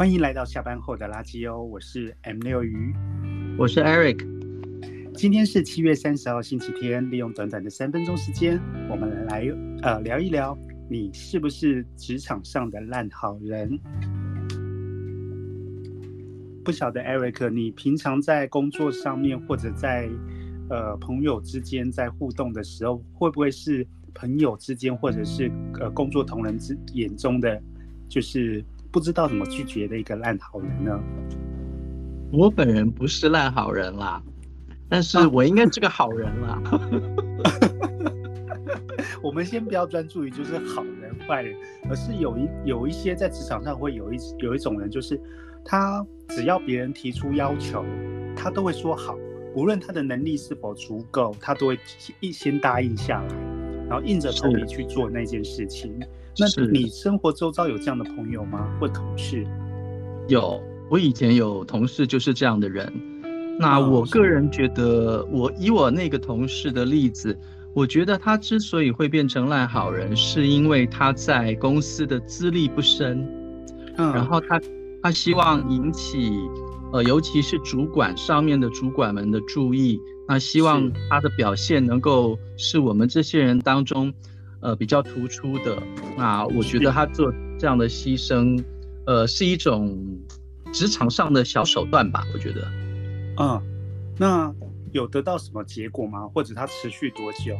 欢迎来到下班后的垃圾哦，我是 M6鱼， 我是 Eric。 今天是7月30号星期天，利用短短的3分钟时间，我们来聊一聊，你是不是职场上的烂好人？不晓得 Eric， 你平常在工作上面或者在朋友之间在互动的时候，会不会是朋友之间或者是工作同仁眼中的就是不知道怎么拒绝的一个烂好人呢？ 我本人不是烂好人啦，但是我应该是个好人啦。 我们先不要专注于就是好人坏人，而是有一些在职场上会有一种人，就是他只要别人提出要求，他都会说好，无论他的能力是否足够，他都会先答应下来，然后硬着头皮去做那件事情。那你生活周遭有这样的朋友吗？或同事？ 有，我以前有同事就是这样的人。那我个人觉得，以我那个同事的例子，我觉得他之所以会变成烂好人，是因为他在公司的资历不深，然后他希望引起尤其是主管上面的主管们的注意，那希望他的表现能够是我们这些人当中比较突出的。那我觉得他做这样的牺牲是一种职场上的小手段吧，我觉得。 那有得到什么结果吗？或者他持续多久？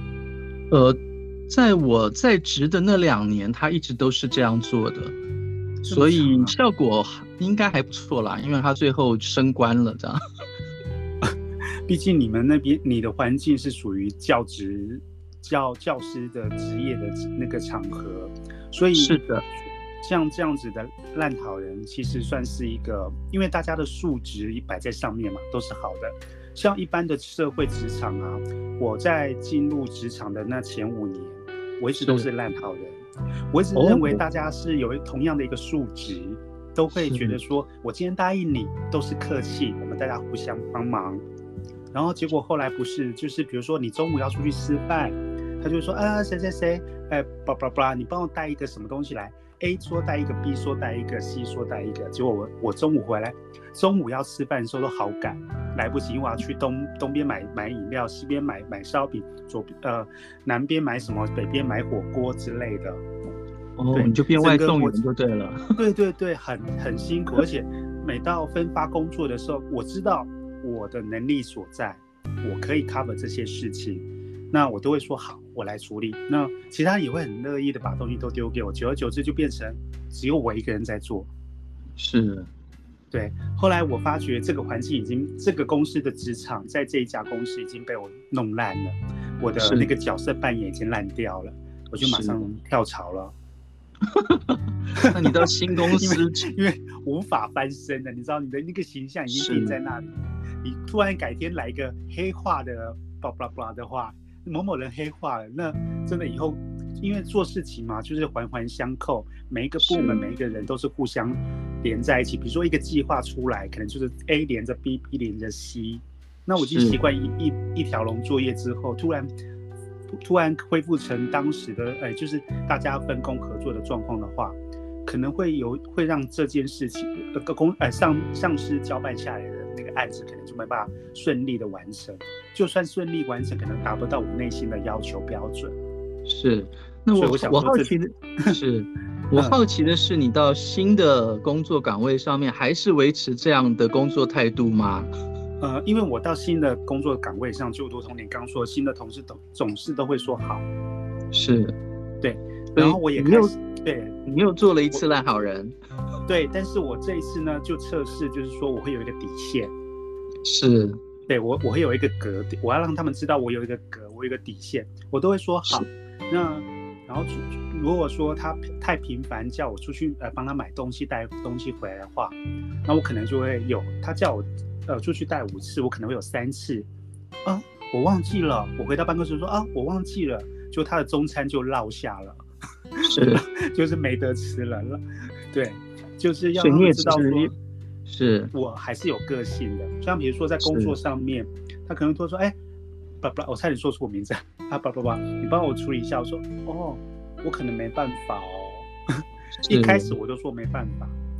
在我在职的那2年，他一直都是这样做的，所以效果应该还不错啦，因为他最后升官了，这样。 毕竟你们那边你的环境是属于教师的职业的那个场合，所以是的。 像这样子的烂好人，其实算是一个，因为大家的素质摆在上面嘛，都是好的。像一般的社会职场啊，我在进入职场的那前5年，我一直都是烂好人。我一直认为大家是有同样的一个素质，都会觉得说，我今天答应你都是客气，我们大家互相帮忙。然后结果后来不是，就是比如说你中午要出去吃饭，他就说谁，你帮我带一个什么东西来。A 说带一个 ，B 说带一个 ，C 说带一个，结果我中午回来，中午要吃饭的时候都好赶，来不及，因为我要去东边买饮料，西边买烧饼，南边买什么，北边买火锅之类的。 你就变外送员就对了。 对，很辛苦，而且每到分发工作的时候，我知道我的能力所在，我可以 cover 这些事情。那我都会说好，我来处理。那其他人也会很乐意的把东西都丢给我，久而久之就变成只有我一个人在做。 是， 对。后来我发觉这个环境这个公司的职场在这一家公司已经被我弄烂了，我的那个角色扮演已经烂掉了，我就马上跳槽了。 那你到新公司因为无法翻身了，你知道你的那个形象已经定在那里，你突然改天来一个黑化的blah 的话，某某人黑化了，那真的以后因为做事情嘛，就是环环相扣，每一个部门每一个人都是互相连在一起。比如说一个计划出来，可能就是 A 连着 B，B 连着 C， 那我已经习惯一条龙作业之后，突然恢复成当时的就是大家分工合作的状况的话，可能会让这件事情上司交办下来的那个案子可能就没办法顺利的完成，就算顺利完成，可能达不到我内心的要求标准。 是，那我好奇的是，我好奇的是，你到新的工作岗位上面，还是维持这样的工作态度吗？ 因为我到新的工作岗位上，就如同你刚说，新的同事总是都会说好。 是， 对，然后我也开始，对， 你又做了一次烂好人。 对，但是我这一次呢，就测试，就是说我会有一个底线。 是， 对，我会有一个格，我要让他们知道我有一个格，我有一个底线，我都会说好。那然后如果说他太频繁叫我出去帮他买东西带东西回来的话，那我可能就会他叫我出去带5次，我可能会有3次我忘记了，我回到办公室说我忘记了，就他的中餐就落下了， 是就是没得吃了。对，就是要让他们知道说是我还是有个性的。像比如说在工作上面，他可能会说我差点说出我名字你帮我处理一下。我说我可能没办法哦。一开始我都说没办法，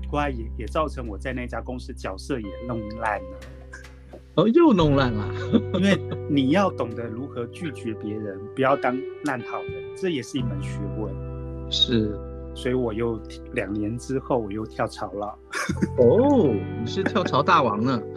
后来也造成我在那家公司角色也弄烂了。 哦，又弄烂了。 因为你要懂得如何拒绝别人，不要当烂好人，这也是一门学问。 是， 所以我又2年之后我又跳槽了。 哦，你是跳槽大王呢。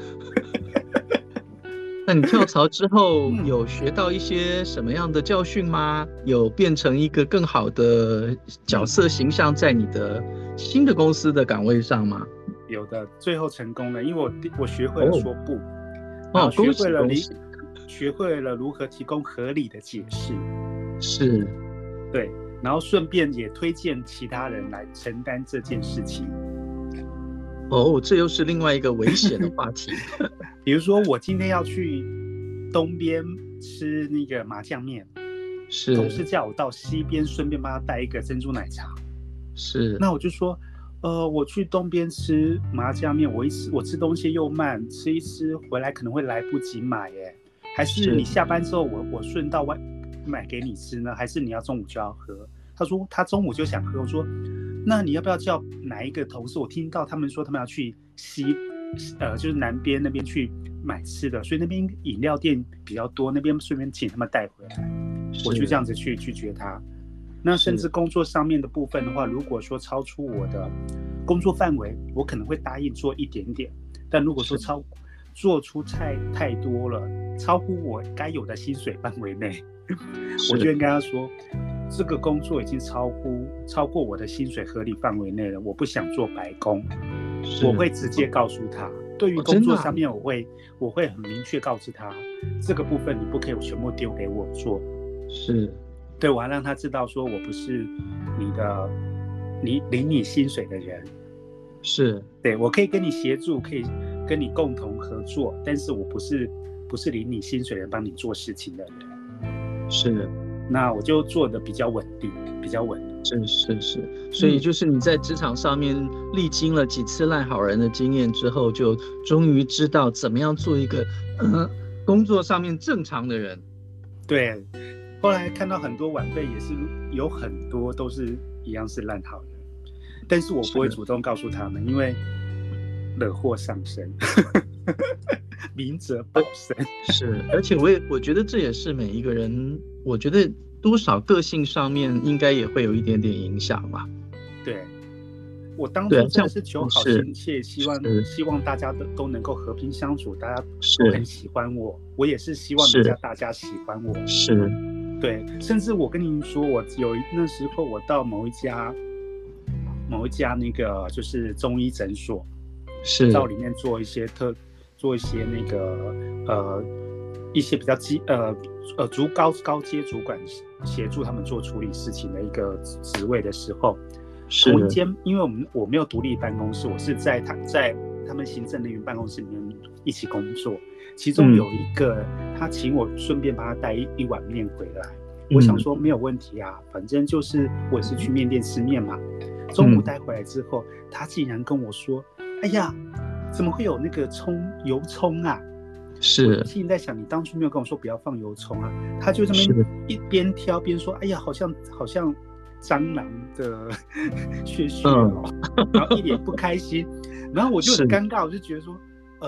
那你跳槽之后有学到一些什么样的教训吗？有变成一个更好的角色形象在你的新的公司的岗位上吗？ 有的，最后成功了，因为我学会了说不， 哦， 学会了如何提供合理的解释， 是， 对，然后顺便也推荐其他人来承担这件事情。 哦，这又是另外一个危险的话题。 比如说我今天要去东边吃那个麻酱面， 是， 同事叫我到西边顺便帮他带一个珍珠奶茶， 是， 那我就说我去东边吃麻酱面，我吃东西又慢，吃一吃回来可能会来不及买耶，还是你下班之后我顺道买给你吃呢？还是你要中午就要喝？他说他中午就想喝，我说那你要不要叫哪一个同事？我听到他们说他们要去就是南边那边去买吃的，所以那边饮料店比较多，那边顺便请他们带回来。我就这样子去拒绝他。那甚至工作上面的部分的话，如果说超出我的工作范围，我可能会答应做一点点，但如果说做出太多了，超乎我该有的薪水范围内，我就应该要说这个工作已经超过我的薪水合理范围内了，我不想做白工。我会直接告诉他，对于工作上面我会很明确告知他，这个部分你不可以全部丢给我做。 是， 对，我要让他知道说我不是你领你薪水的人。 是， 对，我可以跟你协助，可以跟你共同合作，但是我不是领你薪水的人帮你做事情的人。 是， 那我就做的比较稳定，比较稳。 是，所以就是你在职场上面历经了几次烂好人的经验之后，就终于知道怎么样做一个工作上面正常的人。 对，后来看到很多晚辈也是有很多都是一样是烂好人，但是我不会主动告诉他们，因为惹祸上身。明哲保身。 是，而且我觉得这也是每一个人，我觉得多少个性上面应该也会有一点点影响吧。 对，我当初真的是求好心切，希望大家都能够和平相处，大家都很喜欢我，我也是希望大家喜欢我。 是， 对，甚至我跟您说，那时候我到某一家那个就是中医诊所， 是到里面做一些那个一些比较高阶主管协助他们做处理事情的一个职位的时候，同一间，因为我没有独立办公室，我是在他们行政人员办公室里面一起工作。其中有一个他请我顺便帮他带一碗面回来，我想说没有问题啊，反正就是我也是去面店吃面嘛。中午带回来之后，他竟然跟我说：“哎呀，怎么会有那个油葱啊？”是，我心里在想，你当初没有跟我说不要放油葱啊？他就这么一边挑边说：“哎呀，好像蟑螂的血哦。”然后一脸不开心，然后我就很尴尬，我就觉得说：“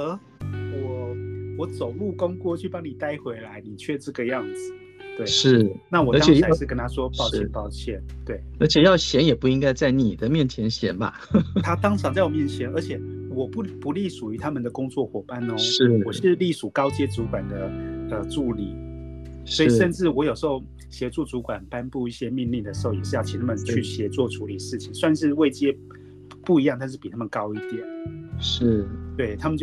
我走路工过去帮你带回来，你却这个样子。”对，是。那我当时还是跟他说抱歉。对， 而且要嫌也不应该在你的面前嫌吧？ 他当场在我面前，而且我不隶属于他们的工作伙伴哦，我是隶属高阶主管的助理，所以甚至我有时候协助主管颁布一些命令的时候，也是要请他们去协作处理事情，算是位阶不一样，但是比他们高一点。是，对，他们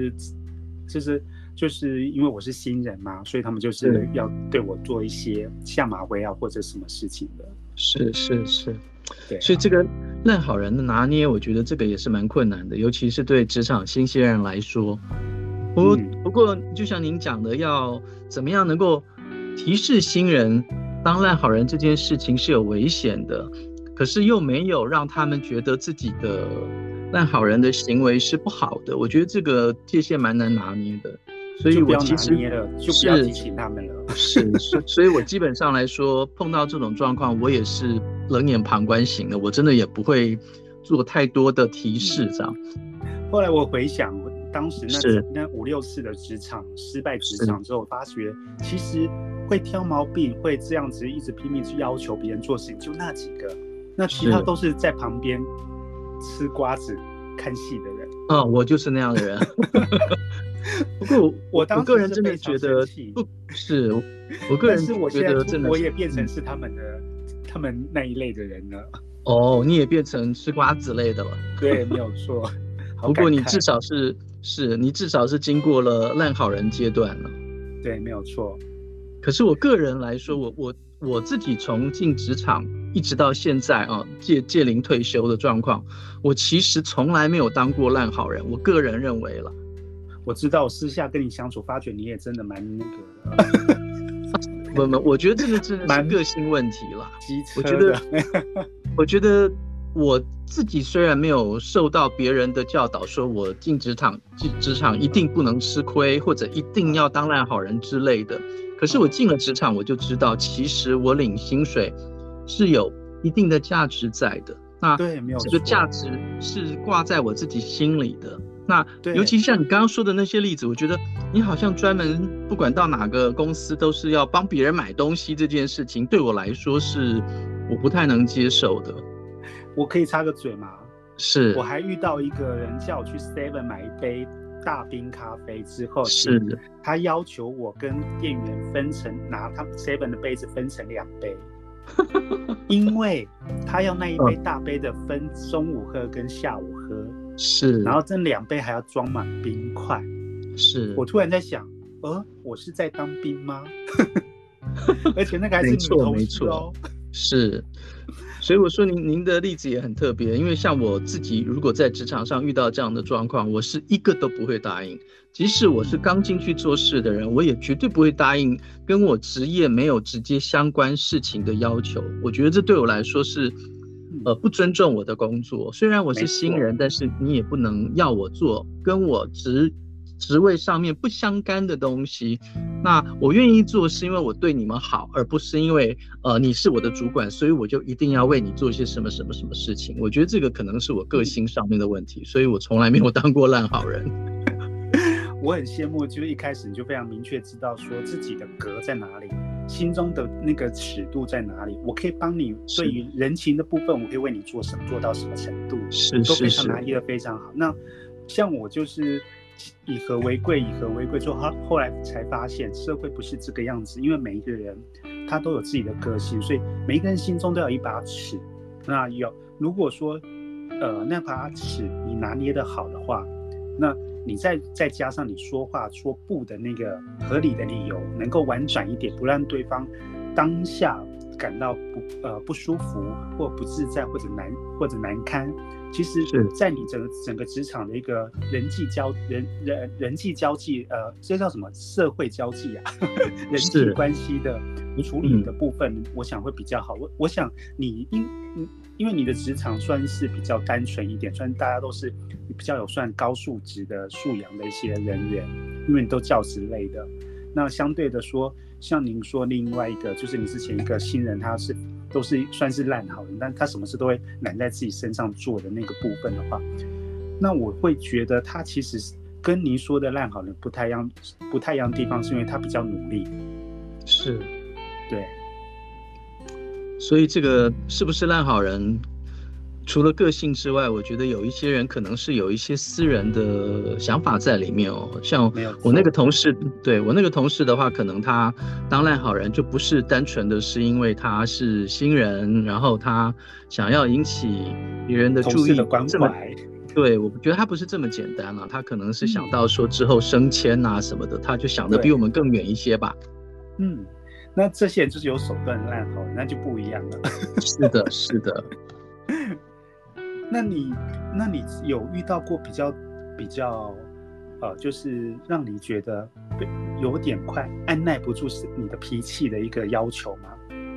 就是因为我是新人嘛，所以他们就是要对我做一些下马威啊或者什么事情的。是，对， 所以这个烂好人的拿捏，我觉得这个也是蛮困难的，尤其是对职场新鲜人来说。不过就像您讲的，要怎么样能够提示新人，当烂好人这件事情是有危险的，可是又没有让他们觉得自己的烂好人的行为是不好的，我觉得这个界限蛮难拿捏的。所以我其实就不要提醒他们了。 所以我基本上来说，碰到这种状况，我也是冷眼旁观型的，我真的也不会做太多的提示这样。 后来我回想，我当时那5、6次的职场失败职场之后，发觉其实会挑毛病，会这样子一直拼命去要求别人做事情，就那几个，那其他都是在旁边吃瓜子看戏的人。 我就是那样的人。不过我个人真的觉得不是，我个人觉得真的， 我也变成是他们那一类的人了。你也变成吃瓜子类的了。 对，没有错。 不过你至少你至少是经过了烂好人阶段了。 对，没有错。 可是我个人来说，我自己从进职场一直到现在届龄退休的状况，我其实从来没有当过烂好人。我个人认为了。 我知道，我私下跟你相处，发觉你也真的蛮那个的。 不，我觉得这个真的是个性问题了。我觉得我自己虽然没有受到别人的教导，说我进职场一定不能吃亏，或者一定要当烂好人之类的。可是我进了职场，我就知道，其实我领薪水是有一定的价值在的。那这个价值是挂在我自己心里的。那尤其像你刚刚说的那些例子，我觉得你好像专门不管到哪个公司都是要帮别人买东西，这件事情对我来说是我不太能接受的。 我可以插个嘴吗？ 是。 我还遇到一个人叫我去 Seven 买一杯大冰咖啡之后， 是他要求我跟店员分成，拿他 Seven 的杯子分成2杯。因为他要那一杯大杯的分中午喝跟下午喝。 是， 然后这2杯还要装满冰块。 是， 我突然在想，我是在当兵吗？而且那个还是女同事哦。 是，所以我说您的例子也很特别，因为像我自己，如果在职场上遇到这样的状况，我是一个都不会答应。即使我是刚进去做事的人，我也绝对不会答应跟我职业没有直接相关事情的要求。我觉得这对我来说是不尊重我的工作。虽然我是新人，但是你也不能要我做跟我职位上面不相干的东西。那我愿意做是因为我对你们好，而不是因为你是我的主管，所以我就一定要为你做些什么什么什么事情。我觉得这个可能是我个性上面的问题，所以我从来没有当过烂好人。 我很羡慕，就是一开始你就非常明确知道说自己的格在哪里，心中的那个尺度在哪里。我可以帮你对于人情的部分，我可以为你做什么，做到什么程度，都非常拿捏的非常好。那像我就是以和为贵，之后后来才发现社会不是这个样子，因为每一个人他都有自己的个性，所以每一个人心中都有一把尺。那如果说那把尺你拿捏的好的话，那你再加上你说话说不的那个合理的理由，能够婉转一点，不让对方当下感到不舒服或不自在或者难堪。其实在你整个职场的一个人际交际这叫什么社会交际啊人际关系的处理的部分，我想会比较好。我想你因为你的职场算是比较单纯一点，算大家都是比较有算高素质的素养的一些人员，因为你都教职类的。那相对的说，像您说另外一个就是你之前一个新人，他都是算是烂好人，但他什么事都会揽在自己身上做的那个部分的话，那我会觉得他其实跟您说的烂好人不太一样的地方，是因为他比较努力。 是， 对。 所以这个是不是烂好人，除了个性之外，我觉得有一些人可能是有一些私人的想法在里面哦。像我那个同事，对，我那个同事的话，可能他当烂好人就不是单纯的是因为他是新人，然后他想要引起别人的注意的关怀。 对，我觉得他不是这么简单了，他可能是想到说之后升迁啊什么的，他就想得比我们更远一些吧。 那这些人就是有手段的烂好人，那就不一样了。 是的。 那你有遇到过比较就是让你觉得有点快按耐不住你的脾气的一个要求吗？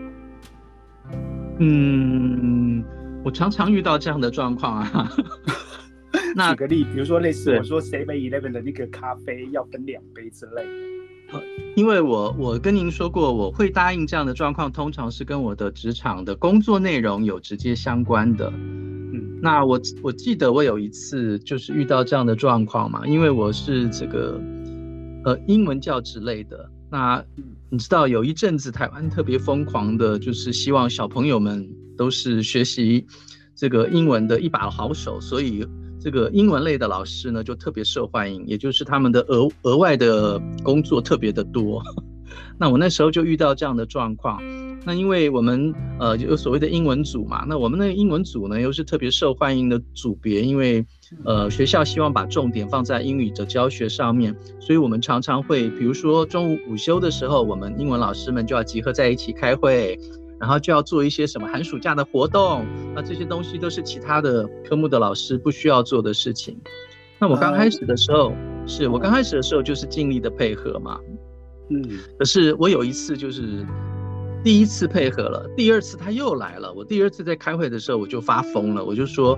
我常常遇到这样的状况啊。 举个例，比如说类似我说 7-Eleven 的那个咖啡要分2杯之类的。 因为我跟您说过，我会答应这样的状况，通常是跟我的职场的工作内容有直接相关的。那我记得我有一次就是遇到这样的状况嘛，因为我是这个英文教职类的。那你知道有一阵子台湾特别疯狂的，就是希望小朋友们都是学习这个英文的一把好手，所以这个英文类的老师呢就特别受欢迎，也就是他们的额外的工作特别的多。那我那时候就遇到这样的状况。那因为我们有所谓的英文组嘛，那我们那个英文组呢又是特别受欢迎的组别，因为学校希望把重点放在英语的教学上面，所以我们常常会比如说中午午休的时候，我们英文老师们就要集合在一起开会，然后就要做一些什么寒暑假的活动，那这些东西都是其他的科目的老师不需要做的事情。那我刚开始的时候就是尽力的配合嘛，可是我有一次就是第一次配合了，第二次他又来了，我第二次在开会的时候我就发疯了，我就说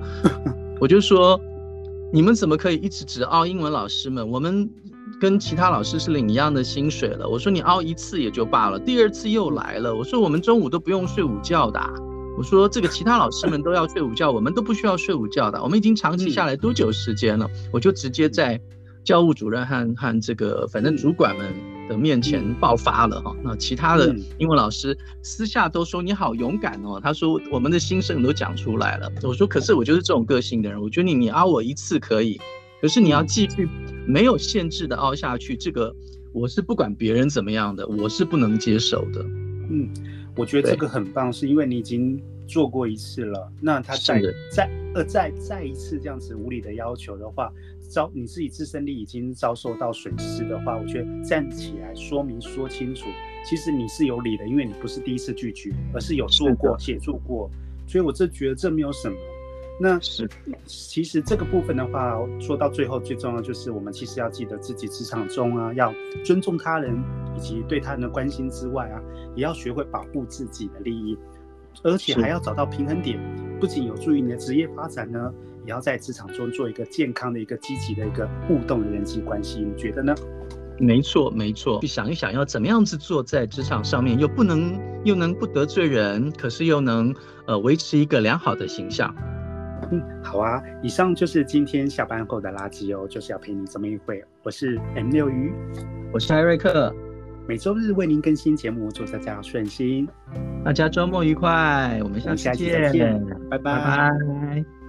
你们怎么可以一直只凹英文老师们，我们跟其他老师是领一样的薪水了，我说你凹一次也就罢了，第二次又来了，我说我们中午都不用睡午觉的我说这个其他老师们都要睡午觉，我们都不需要睡午觉的，我们已经长期下来多久时间了，我就直接在教务主任和这个反正主管们的面前爆发了那其他的英文老师私下都说你好勇敢他说我们的心声都讲出来了。我说可是我就是这种个性的人，我觉得你凹我一次可以，可是你要继续没有限制的凹下去，这个我是不管别人怎么样的，我是不能接受的。 我觉得这个很棒，是因为你已经做过一次了，那他再一次这样子无理的要求的话，你自己自身力已经遭受到损失的话，我觉得站起来说明说清楚，其实你是有理的，因为你不是第一次拒绝，而是有做过协助过，所以我觉得这没有什么。那其实这个部分的话，说到最后最重要就是我们其实要记得自己职场中要尊重他人以及对他人的关心之外也要学会保护自己的利益，而且还要找到平衡点，不仅有助于你的职业发展呢，也要在职场中做一个健康的一个积极的一个互动的人际关系，你觉得呢？ 没错，去想一想要怎么样子做在职场上面，又能不得罪人，可是又能维持一个良好的形象。 好啊，以上就是今天下班后的垃圾就是要陪你这么一会。我是 M6 鱼， 我是艾瑞克， 每周日为您更新节目，祝大家顺心， 大家周末愉快，我们下期再见， 拜拜。